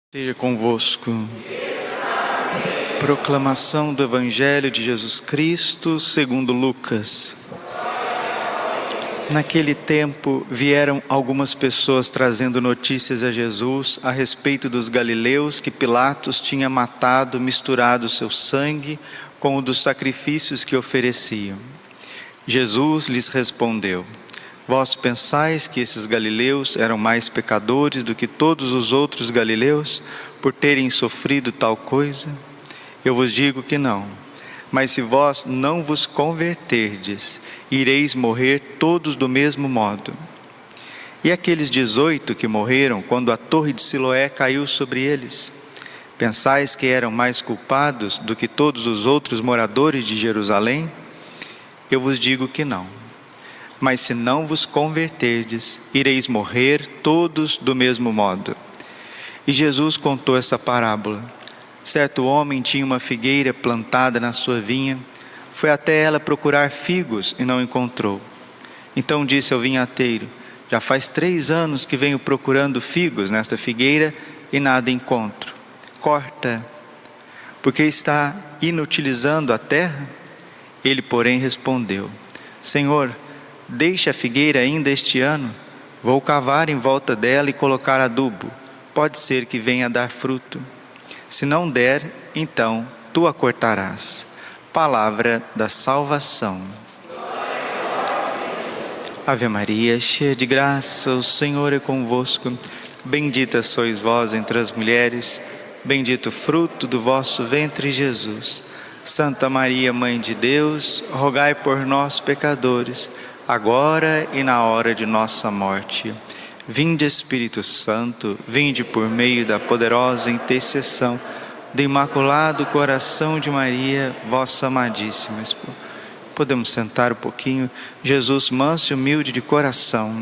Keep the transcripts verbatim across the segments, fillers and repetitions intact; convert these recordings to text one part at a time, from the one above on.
Seja convosco. Proclamação do Evangelho de Jesus Cristo segundo Lucas. Naquele tempo vieram algumas pessoas trazendo notícias a Jesus a respeito dos galileus que Pilatos tinha matado, misturado seu sangue com o dos sacrifícios que ofereciam. Jesus lhes respondeu: Vós pensais que esses galileus eram mais pecadores do que todos os outros galileus, por terem sofrido tal coisa? Eu vos digo que não. Mas se vós não vos converterdes, ireis morrer todos do mesmo modo. E aqueles dezoito que morreram quando a torre de Siloé caiu sobre eles? Pensais que eram mais culpados do que todos os outros moradores de Jerusalém? Eu vos digo que não. Mas se não vos converterdes, ireis morrer todos do mesmo modo. E Jesus contou essa parábola. Certo homem tinha uma figueira plantada na sua vinha, foi até ela procurar figos e não encontrou. Então disse ao vinhateiro: Já faz três anos que venho procurando figos nesta figueira e nada encontro. Corta, porque está inutilizando a terra? Ele, porém, respondeu: Senhor, deixe a figueira ainda este ano, vou cavar em volta dela e colocar adubo, pode ser que venha a dar fruto. Se não der, então tu a cortarás. Palavra da salvação. Ave Maria, cheia de graça, o Senhor é convosco. Bendita sois vós entre as mulheres, bendito o fruto do vosso ventre, Jesus. Santa Maria, Mãe de Deus, rogai por nós, pecadores, agora e na hora de nossa morte. Vinde, Espírito Santo, vinde por meio da poderosa intercessão do Imaculado Coração de Maria, vossa amadíssima esposa. Podemos sentar um pouquinho. Jesus, manso e humilde de coração.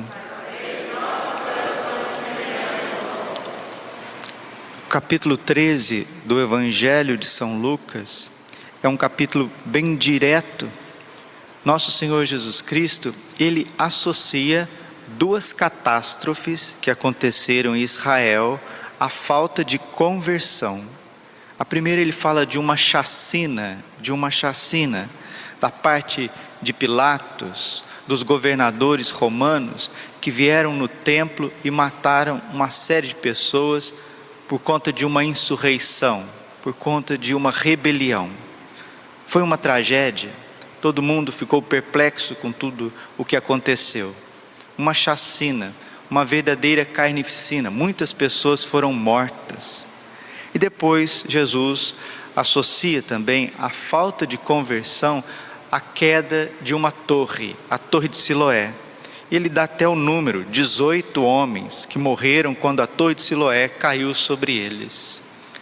O capítulo treze do Evangelho de São Lucas é um capítulo bem direto. Nosso Senhor Jesus Cristo, Ele associa duas catástrofes que aconteceram em Israel à falta de conversão. A primeira, Ele fala de uma chacina, de uma chacina da parte de Pilatos, dos governadores romanos que vieram no templo e mataram uma série de pessoas por conta de uma insurreição, por conta de uma rebelião. Foi uma tragédia. Todo mundo ficou perplexo com tudo o que aconteceu. Uma chacina, uma verdadeira carnificina. Muitas pessoas foram mortas. E depois Jesus associa também a falta de conversão à queda de uma torre, a torre de Siloé. Ele dá até o número, dezoito homens que morreram quando a torre de Siloé caiu sobre eles.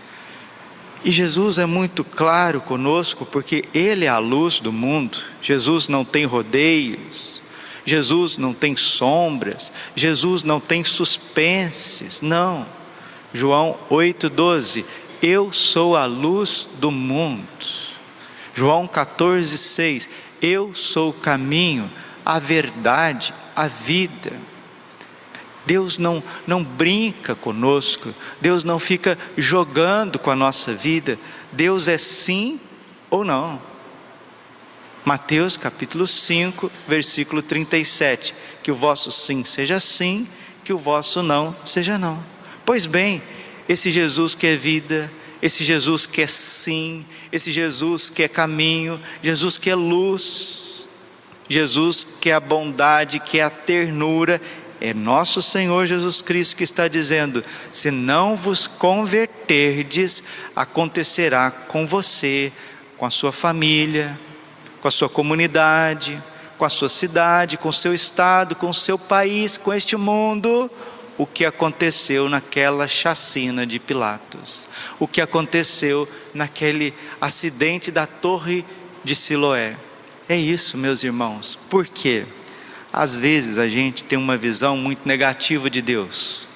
E Jesus é muito claro conosco, porque Ele é a luz do mundo. Jesus não tem rodeios, Jesus não tem sombras, Jesus não tem suspenses, não. João oito, doze, eu sou a luz do mundo. João quatorze, seis, eu sou o caminho, a verdade, a vida. Deus não, não brinca conosco, Deus não fica jogando com a nossa vida, Deus é sim ou não. Mateus capítulo cinco, versículo trinta e sete, que o vosso sim seja sim, que o vosso não seja não. Pois bem, esse Jesus que é vida, esse Jesus que é sim, esse Jesus que é caminho, Jesus que é luz, Jesus que é a bondade, que é a ternura, é nosso Senhor Jesus Cristo que está dizendo: se não vos converterdes, acontecerá com você, com a sua família, com a sua comunidade, com a sua cidade, com o seu estado, com o seu país, com este mundo, o que aconteceu naquela chacina de Pilatos, o que aconteceu naquele acidente da torre de Siloé. É isso, meus irmãos. Por quê? Às vezes a gente tem uma visão muito negativa de Deus.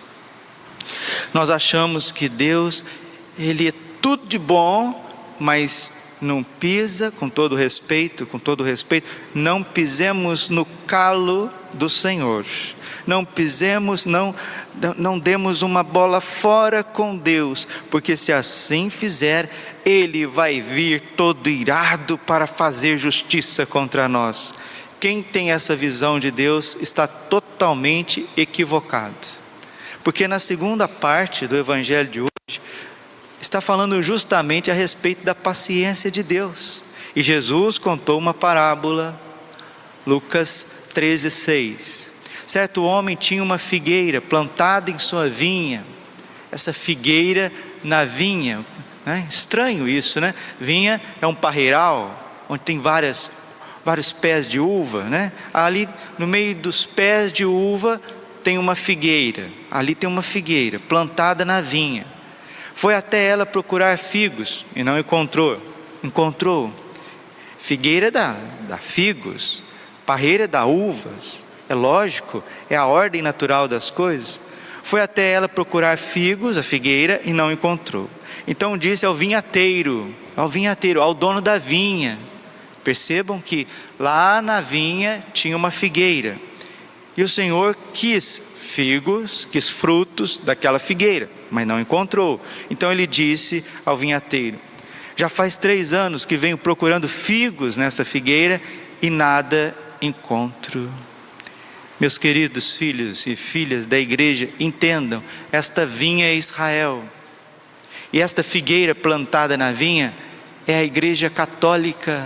Nós achamos que Deus, Ele é tudo de bom, mas não pisa, com todo respeito, com todo respeito, não pisemos no calo do Senhor. não pisemos, não, não demos uma bola fora com Deus, porque se assim fizer, Ele vai vir todo irado para fazer justiça contra nós. Quem tem essa visão de Deus está totalmente equivocado, porque na segunda parte do Evangelho de hoje, está falando justamente a respeito da paciência de Deus. E Jesus contou uma parábola, Lucas treze, seis. Certo homem tinha uma figueira plantada em sua vinha. Essa figueira na vinha, né? Estranho isso, né? Vinha é um parreiral, onde tem várias, vários pés de uva, né? Ali no meio dos pés de uva tem uma figueira. Ali tem uma figueira plantada na vinha. Foi até ela procurar figos e não encontrou. Encontrou. Figueira dá, dá figos, parreira dá uvas. É lógico, é a ordem natural das coisas. Foi até ela procurar figos, a figueira, e não encontrou. Então disse ao vinhateiro, ao vinhateiro, ao dono da vinha. Percebam que lá na vinha tinha uma figueira. E o Senhor quis figos, quis frutos daquela figueira, mas não encontrou. Então ele disse ao vinhateiro: já faz três anos que venho procurando figos nessa figueira e nada encontro. Meus queridos filhos e filhas da igreja, entendam, esta vinha é Israel. E esta figueira plantada na vinha é a igreja católica.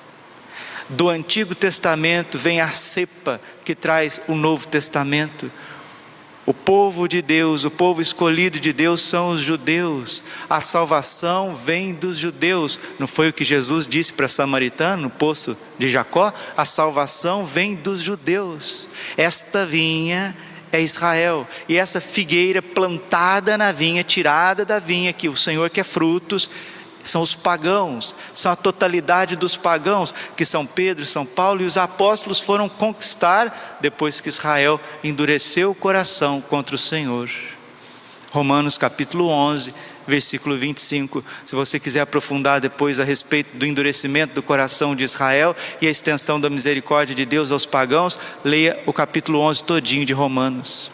Do Antigo Testamento vem a cepa que traz o Novo Testamento. O povo de Deus, o povo escolhido de Deus são os judeus. A salvação vem dos judeus. Não foi o que Jesus disse para Samaritano no poço de Jacó? A salvação vem dos judeus. Esta vinha é Israel. E essa figueira plantada na vinha, tirada da vinha, que o Senhor quer frutos, são os pagãos, são a totalidade dos pagãos, que São Pedro, São Paulo e os apóstolos foram conquistar, depois que Israel endureceu o coração contra o Senhor. Romanos capítulo onze, versículo vinte e cinco, se você quiser aprofundar depois a respeito do endurecimento do coração de Israel e a extensão da misericórdia de Deus aos pagãos, leia o capítulo onze todinho de Romanos.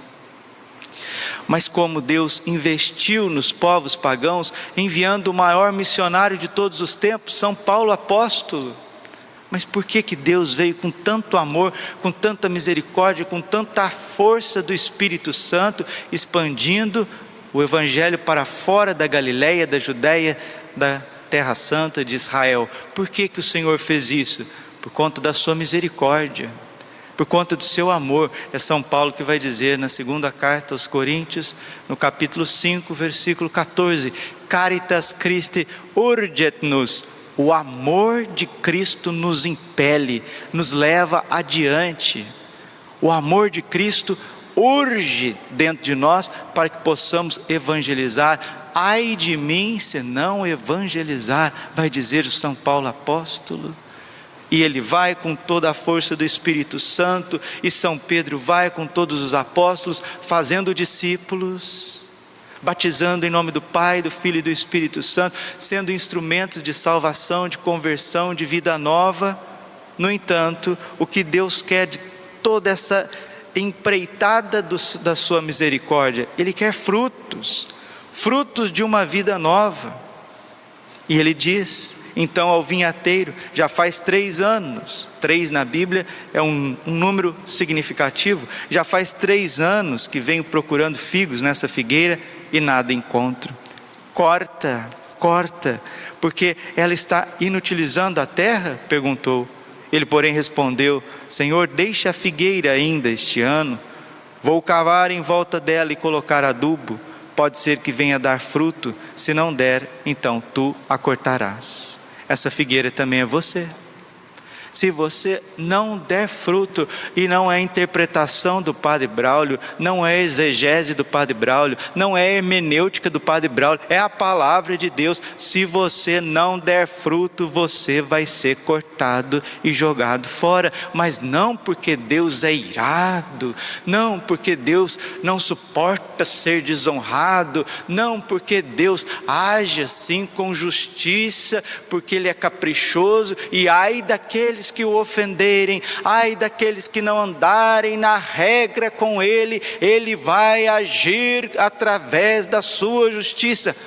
Mas como Deus investiu nos povos pagãos, enviando o maior missionário de todos os tempos, São Paulo apóstolo. Mas por que que Deus veio com tanto amor, com tanta misericórdia, com tanta força do Espírito Santo, expandindo o Evangelho para fora da Galileia, da Judéia, da Terra Santa de Israel? Por que que o Senhor fez isso? Por conta da sua misericórdia, por conta do seu amor. É São Paulo que vai dizer na segunda carta aos Coríntios, no capítulo cinco, versículo catorze: Caritas Christi urget nos. O amor de Cristo nos impele, nos leva adiante. O amor de Cristo urge dentro de nós para que possamos evangelizar. Ai de mim se não evangelizar, vai dizer o São Paulo apóstolo. E ele vai com toda a força do Espírito Santo, e São Pedro vai com todos os apóstolos, fazendo discípulos, batizando em nome do Pai, do Filho e do Espírito Santo, sendo instrumentos de salvação, de conversão, de vida nova. No entanto, o que Deus quer de toda essa empreitada do, da sua misericórdia, Ele quer frutos, frutos de uma vida nova. E Ele diz então ao vinhateiro: já faz três anos, três na Bíblia é um, um número significativo, já faz três anos que venho procurando figos nessa figueira e nada encontro. Corta, corta, porque ela está inutilizando a terra? Perguntou. Ele porém respondeu: Senhor, deixa a figueira ainda este ano, vou cavar em volta dela e colocar adubo, pode ser que venha dar fruto, se não der, então tu a cortarás. Essa figueira também é você. Se você não der fruto, e não é interpretação do Padre Braulio, não é exegese do Padre Braulio, não é hermenêutica do Padre Braulio, é a palavra de Deus. Se você não der fruto, você vai ser cortado e jogado fora. Mas não porque Deus é irado, não porque Deus não suporta ser desonrado, não porque Deus age assim com justiça, porque Ele é caprichoso, e ai daqueles daqueles que o ofenderem, ai daqueles que não andarem na regra com ele, ele vai agir através da sua justiça.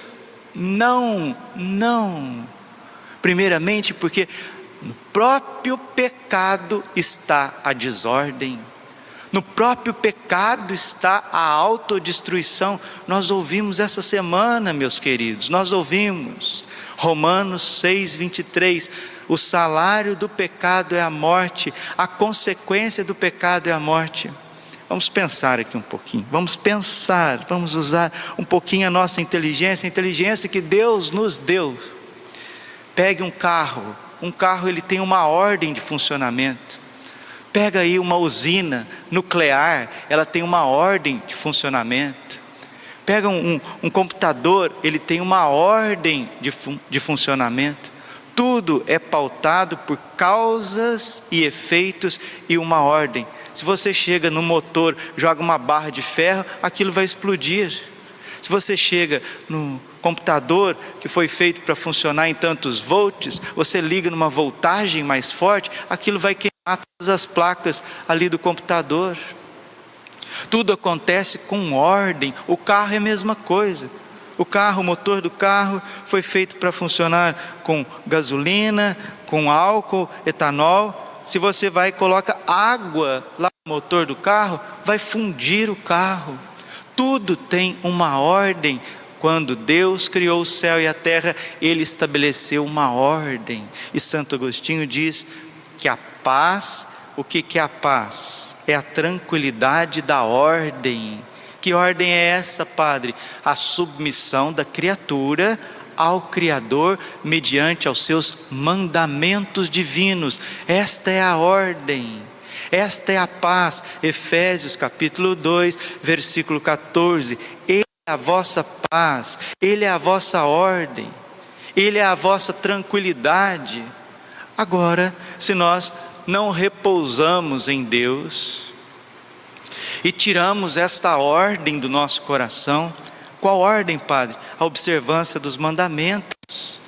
Não, não. Primeiramente porque no próprio pecado está a desordem. No próprio pecado está a autodestruição. Nós ouvimos essa semana, meus queridos, nós ouvimos Romanos seis, vinte e três, o salário do pecado é a morte, a consequência do pecado é a morte. Vamos pensar aqui um pouquinho, vamos pensar, vamos usar um pouquinho a nossa inteligência, a inteligência que Deus nos deu. Pegue um carro, um carro ele tem uma ordem de funcionamento. Pega aí uma usina nuclear, ela tem uma ordem de funcionamento. Pega um, um, um computador, ele tem uma ordem de, fun, de funcionamento. Tudo é pautado por causas e efeitos e uma ordem. Se você chega no motor, joga uma barra de ferro, aquilo vai explodir. Se você chega no computador que foi feito para funcionar em tantos volts, você liga numa voltagem mais forte, aquilo vai queimar todas as placas ali do computador. Tudo acontece com ordem. O carro é a mesma coisa. O carro, o motor do carro foi feito para funcionar com gasolina, com álcool, etanol. Se você vai e coloca água lá no motor do carro, vai fundir o carro. Tudo tem uma ordem. Quando Deus criou o céu e a terra, Ele estabeleceu uma ordem. E Santo Agostinho diz que a paz, o que que é a paz? É a tranquilidade da ordem. Que ordem é essa, Padre? A submissão da criatura ao Criador mediante aos seus mandamentos divinos. Esta é a ordem. Esta é a paz. Efésios capítulo dois, versículo catorze. Ele é a vossa paz, Ele é a vossa ordem, Ele é a vossa tranquilidade. Agora, se nós não repousamos em Deus e tiramos esta ordem do nosso coração, qual ordem, Padre? A observância dos mandamentos.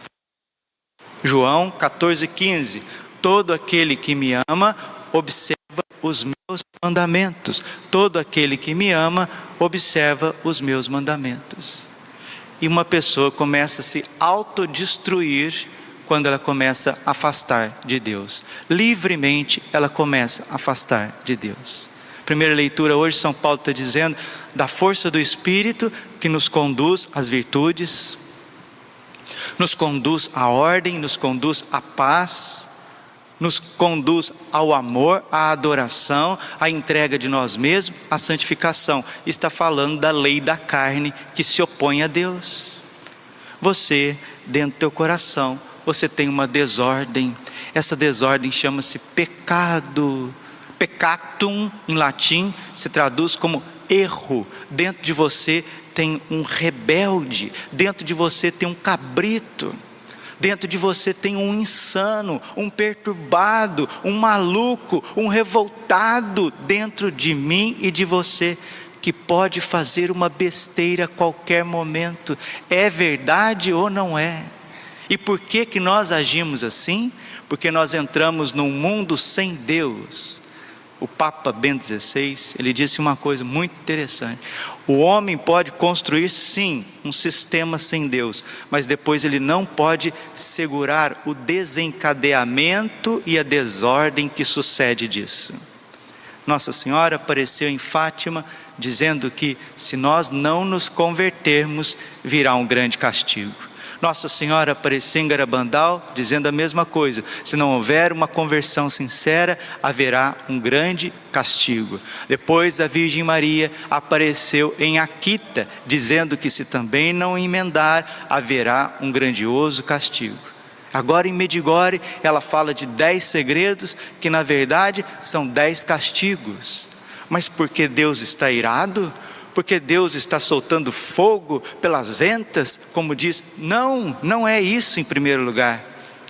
João catorze, quinze. Todo aquele que me ama, observa os meus mandamentos. Todo aquele que me ama, observa os meus mandamentos. E uma pessoa começa a se autodestruir quando ela começa a afastar de Deus. Livremente ela começa a afastar de Deus. Primeira leitura hoje, São Paulo está dizendo da força do Espírito que nos conduz às virtudes, nos conduz à ordem, nos conduz à paz, nos conduz ao amor, à adoração, à entrega de nós mesmos, à santificação. Está falando da lei da carne que se opõe a Deus. Você, dentro do teu coração, você tem uma desordem. Essa desordem chama-se pecado. Peccatum, em latim, se traduz como erro. Dentro de você tem um rebelde, dentro de você tem um cabrito. Dentro de você tem um insano, um perturbado, um maluco, um revoltado dentro de mim e de você, que pode fazer uma besteira a qualquer momento. É verdade ou não é? E por que que nós agimos assim? Porque nós entramos num mundo sem Deus. O Papa Bento dezesseis, ele disse uma coisa muito interessante. O homem pode construir sim um sistema sem Deus, mas depois ele não pode segurar o desencadeamento e a desordem que sucede disso. Nossa Senhora apareceu em Fátima dizendo que se nós não nos convertermos, virá um grande castigo. Nossa Senhora apareceu em Garabandal dizendo a mesma coisa. Se não houver uma conversão sincera, haverá um grande castigo. Depois a Virgem Maria apareceu em Akita, dizendo que se também não emendar, haverá um grandioso castigo. Agora em Medjugorje ela fala de dez segredos, que na verdade são dez castigos. Mas porque Deus está irado? Porque Deus está soltando fogo pelas ventas, como diz? Não, não é isso em primeiro lugar.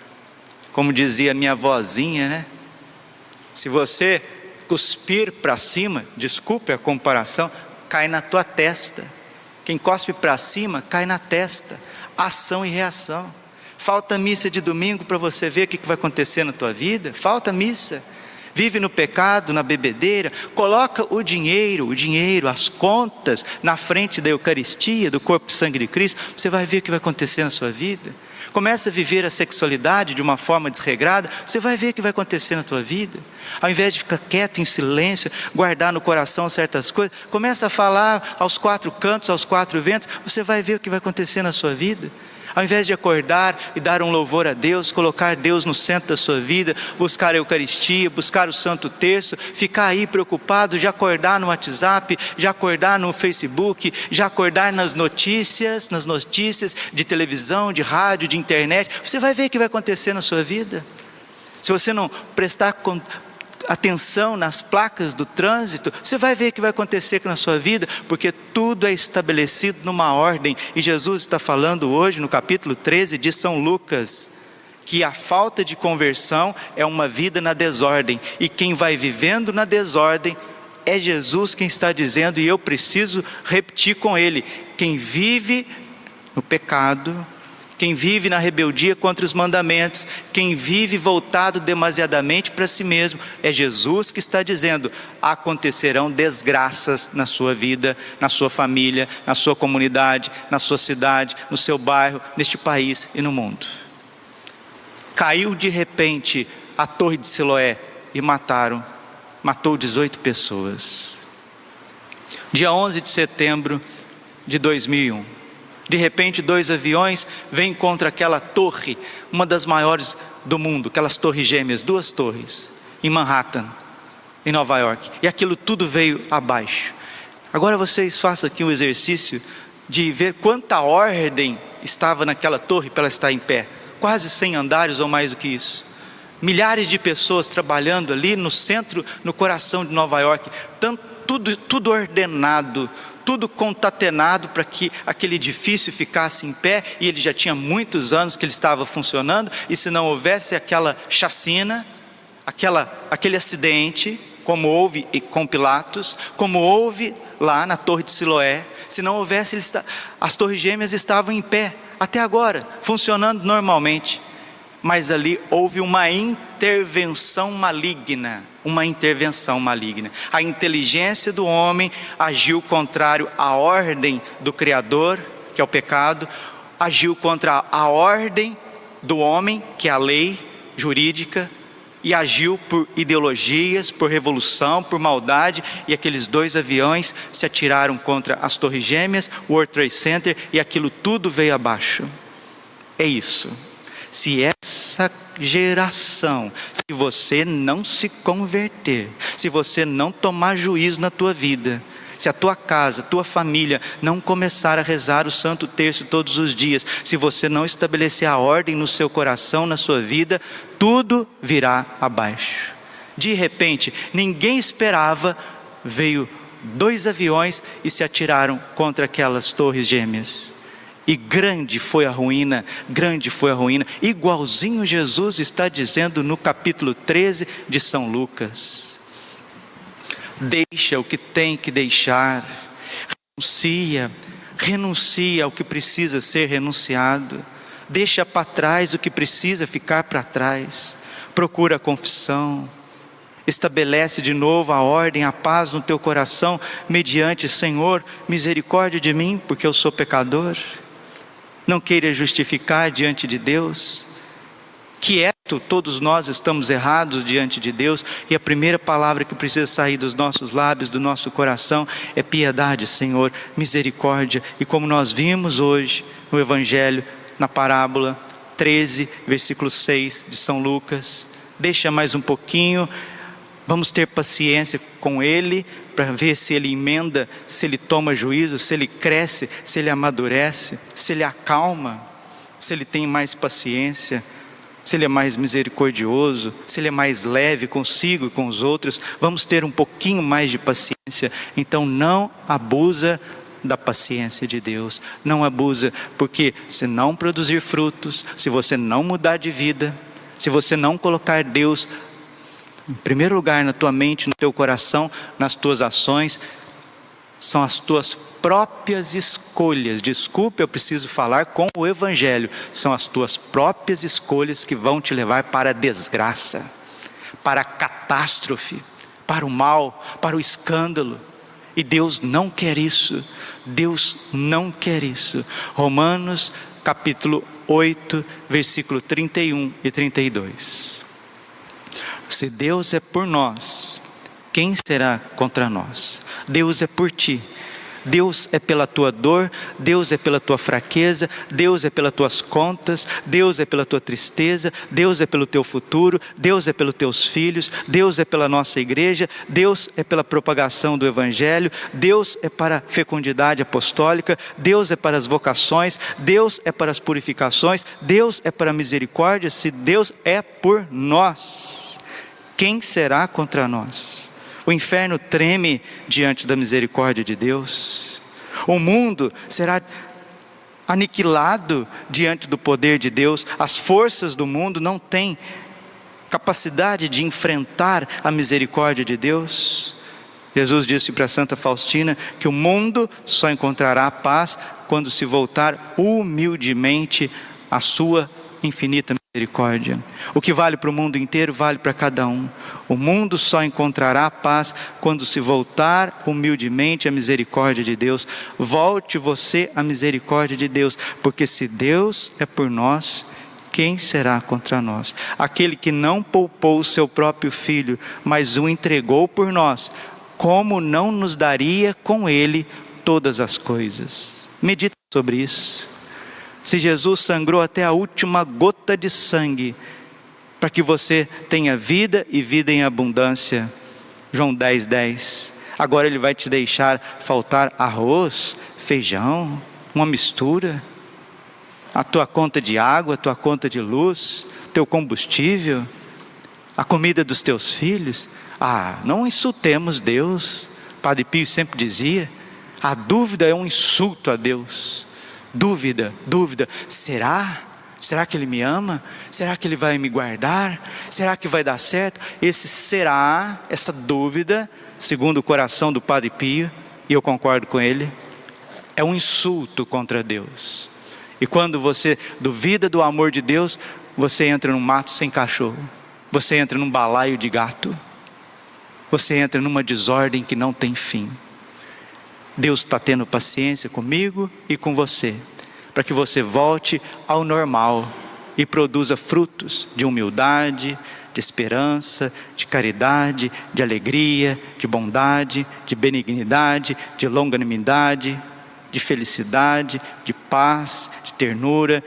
Como dizia minha vozinha, né? Se você cuspir para cima, desculpe a comparação, cai na tua testa. Quem cospe para cima, cai na testa. Ação e reação. Falta missa de domingo para você ver o que vai acontecer na tua vida? Falta missa. Vive no pecado, na bebedeira. Coloca o dinheiro, o dinheiro, as contas na frente da Eucaristia, do corpo e sangue de Cristo. Você vai ver o que vai acontecer na sua vida. Começa a viver a sexualidade de uma forma desregrada. Você vai ver o que vai acontecer na tua vida. Ao invés de ficar quieto, em silêncio, guardar no coração certas coisas, começa a falar aos quatro cantos, aos quatro ventos. Você vai ver o que vai acontecer na sua vida. Ao invés de acordar e dar um louvor a Deus, colocar Deus no centro da sua vida, buscar a Eucaristia, buscar o Santo Terço, ficar aí preocupado, já acordar no WhatsApp, já acordar no Facebook, já acordar nas notícias, nas notícias de televisão, de rádio, de internet, você vai ver o que vai acontecer na sua vida. Se você não prestar atenção nas placas do trânsito, você vai ver o que vai acontecer na sua vida, porque tudo é estabelecido numa ordem. E Jesus está falando hoje no capítulo treze de São Lucas, que a falta de conversão é uma vida na desordem, e quem vai vivendo na desordem é Jesus quem está dizendo, e eu preciso repetir com ele: quem vive no pecado, quem vive na rebeldia contra os mandamentos, quem vive voltado demasiadamente para si mesmo, é Jesus que está dizendo: acontecerão desgraças na sua vida, na sua família, na sua comunidade, na sua cidade, no seu bairro, neste país e no mundo. Caiu de repente a torre de Siloé e mataram, matou dezoito pessoas. Dia onze de setembro de dois mil e um. De repente, dois aviões vêm contra aquela torre, uma das maiores do mundo, aquelas torres gêmeas, duas torres, em Manhattan, em Nova York. E aquilo tudo veio abaixo. Agora vocês façam aqui um exercício de ver quanta ordem estava naquela torre para ela estar em pé. Quase cem andares ou mais do que isso. Milhares de pessoas trabalhando ali no centro, no coração de Nova York. Tanto, tudo, tudo ordenado, tudo concatenado para que aquele edifício ficasse em pé, e ele já tinha muitos anos que ele estava funcionando, e se não houvesse aquela chacina, aquela, aquele acidente, como houve com Pilatos, como houve lá na torre de Siloé, se não houvesse, ele está, as torres gêmeas estavam em pé, até agora, funcionando normalmente, mas ali houve uma intervenção maligna, uma intervenção maligna. A inteligência do homem agiu contrário à ordem do Criador, que é o pecado, agiu contra a ordem do homem, que é a lei jurídica, e agiu por ideologias, por revolução, por maldade, e aqueles dois aviões se atiraram contra as torres gêmeas, o World Trade Center, e aquilo tudo veio abaixo. É isso. Se essa geração, se você não se converter, se você não tomar juízo na tua vida, se a tua casa, a tua família não começar a rezar o Santo Terço todos os dias, se você não estabelecer a ordem no seu coração, na sua vida, tudo virá abaixo. De repente, ninguém esperava, veio dois aviões e se atiraram contra aquelas torres gêmeas. E grande foi a ruína, grande foi a ruína, igualzinho Jesus está dizendo no capítulo treze de São Lucas. Deixa o que tem que deixar, renuncia, renuncia ao que precisa ser renunciado, deixa para trás o que precisa ficar para trás, procura a confissão, estabelece de novo a ordem, a paz no teu coração, mediante: Senhor, misericórdia de mim, porque eu sou pecador. Não queira justificar diante de Deus. Quieto, todos nós estamos errados diante de Deus, e a primeira palavra que precisa sair dos nossos lábios, do nosso coração, é piedade, Senhor, misericórdia. E como nós vimos hoje no Evangelho, na parábola treze, versículo seis de São Lucas, deixa mais um pouquinho, vamos ter paciência com Ele, para ver se Ele emenda, se Ele toma juízo, se Ele cresce, se Ele amadurece, se Ele acalma, se Ele tem mais paciência, se Ele é mais misericordioso, se Ele é mais leve consigo e com os outros. Vamos ter um pouquinho mais de paciência. Então não abusa da paciência de Deus, não abusa, porque se não produzir frutos, se você não mudar de vida, se você não colocar Deus em primeiro lugar na tua mente, no teu coração, nas tuas ações, são as tuas próprias escolhas. Desculpe, eu preciso falar com o Evangelho. São as tuas próprias escolhas que vão te levar para a desgraça, para a catástrofe, para o mal, para o escândalo. E Deus não quer isso. Deus não quer isso. Romanos capítulo oito, versículo trinta e um e trinta e dois. Se Deus é por nós, quem será contra nós? Deus é por ti. Deus é pela tua dor, Deus é pela tua fraqueza, Deus é pelas tuas contas, Deus é pela tua tristeza, Deus é pelo teu futuro, Deus é pelos teus filhos, Deus é pela nossa igreja, Deus é pela propagação do Evangelho, Deus é para a fecundidade apostólica, Deus é para as vocações, Deus é para as purificações, Deus é para a misericórdia. Se Deus é por nós, quem será contra nós? O inferno treme diante da misericórdia de Deus. O mundo será aniquilado diante do poder de Deus. As forças do mundo não têm capacidade de enfrentar a misericórdia de Deus. Jesus disse para Santa Faustina que o mundo só encontrará paz quando se voltar humildemente à sua infinita misericórdia. O que vale para o mundo inteiro, vale para cada um. O mundo só encontrará paz quando se voltar humildemente à misericórdia de Deus. Volte você à misericórdia de Deus, porque se Deus é por nós, quem será contra nós? Aquele que não poupou o seu próprio filho, mas o entregou por nós, como não nos daria com ele todas as coisas? Medita sobre isso. Se Jesus sangrou até a última gota de sangue, para que você tenha vida e vida em abundância, João dez, dez, agora Ele vai te deixar faltar arroz, feijão, uma mistura, a tua conta de água, a tua conta de luz, teu combustível, a comida dos teus filhos? Ah, não insultemos Deus. Padre Pio sempre dizia, a dúvida é um insulto a Deus. Dúvida, dúvida, será? Será que Ele me ama? Será que Ele vai me guardar? Será que vai dar certo? Esse será, essa dúvida, segundo o coração do Padre Pio, e eu concordo com ele, é um insulto contra Deus. E quando você duvida do amor de Deus, você entra num mato sem cachorro, você entra num balaio de gato, você entra numa desordem que não tem fim. Deus está tendo paciência comigo e com você, para que você volte ao normal e produza frutos de humildade, de esperança, de caridade, de alegria, de bondade, de benignidade, de longanimidade, de felicidade, de paz, de ternura,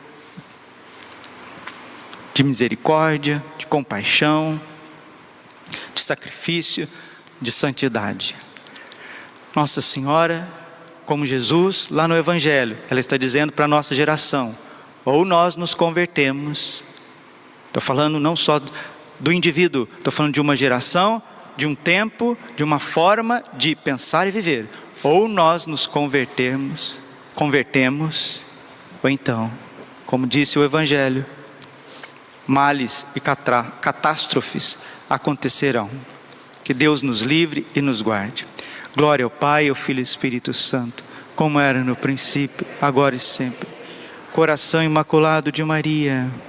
de misericórdia, de compaixão, de sacrifício, de santidade. Nossa Senhora, como Jesus, lá no Evangelho, ela está dizendo para a nossa geração, ou nós nos convertemos, estou falando não só do indivíduo, estou falando de uma geração, de um tempo, de uma forma de pensar e viver, ou nós nos convertermos, convertemos, ou então, como disse o Evangelho, males e catástrofes acontecerão. Que Deus nos livre e nos guarde. Glória ao Pai, ao Filho e ao Espírito Santo, como era no princípio, agora e sempre. Coração Imaculado de Maria,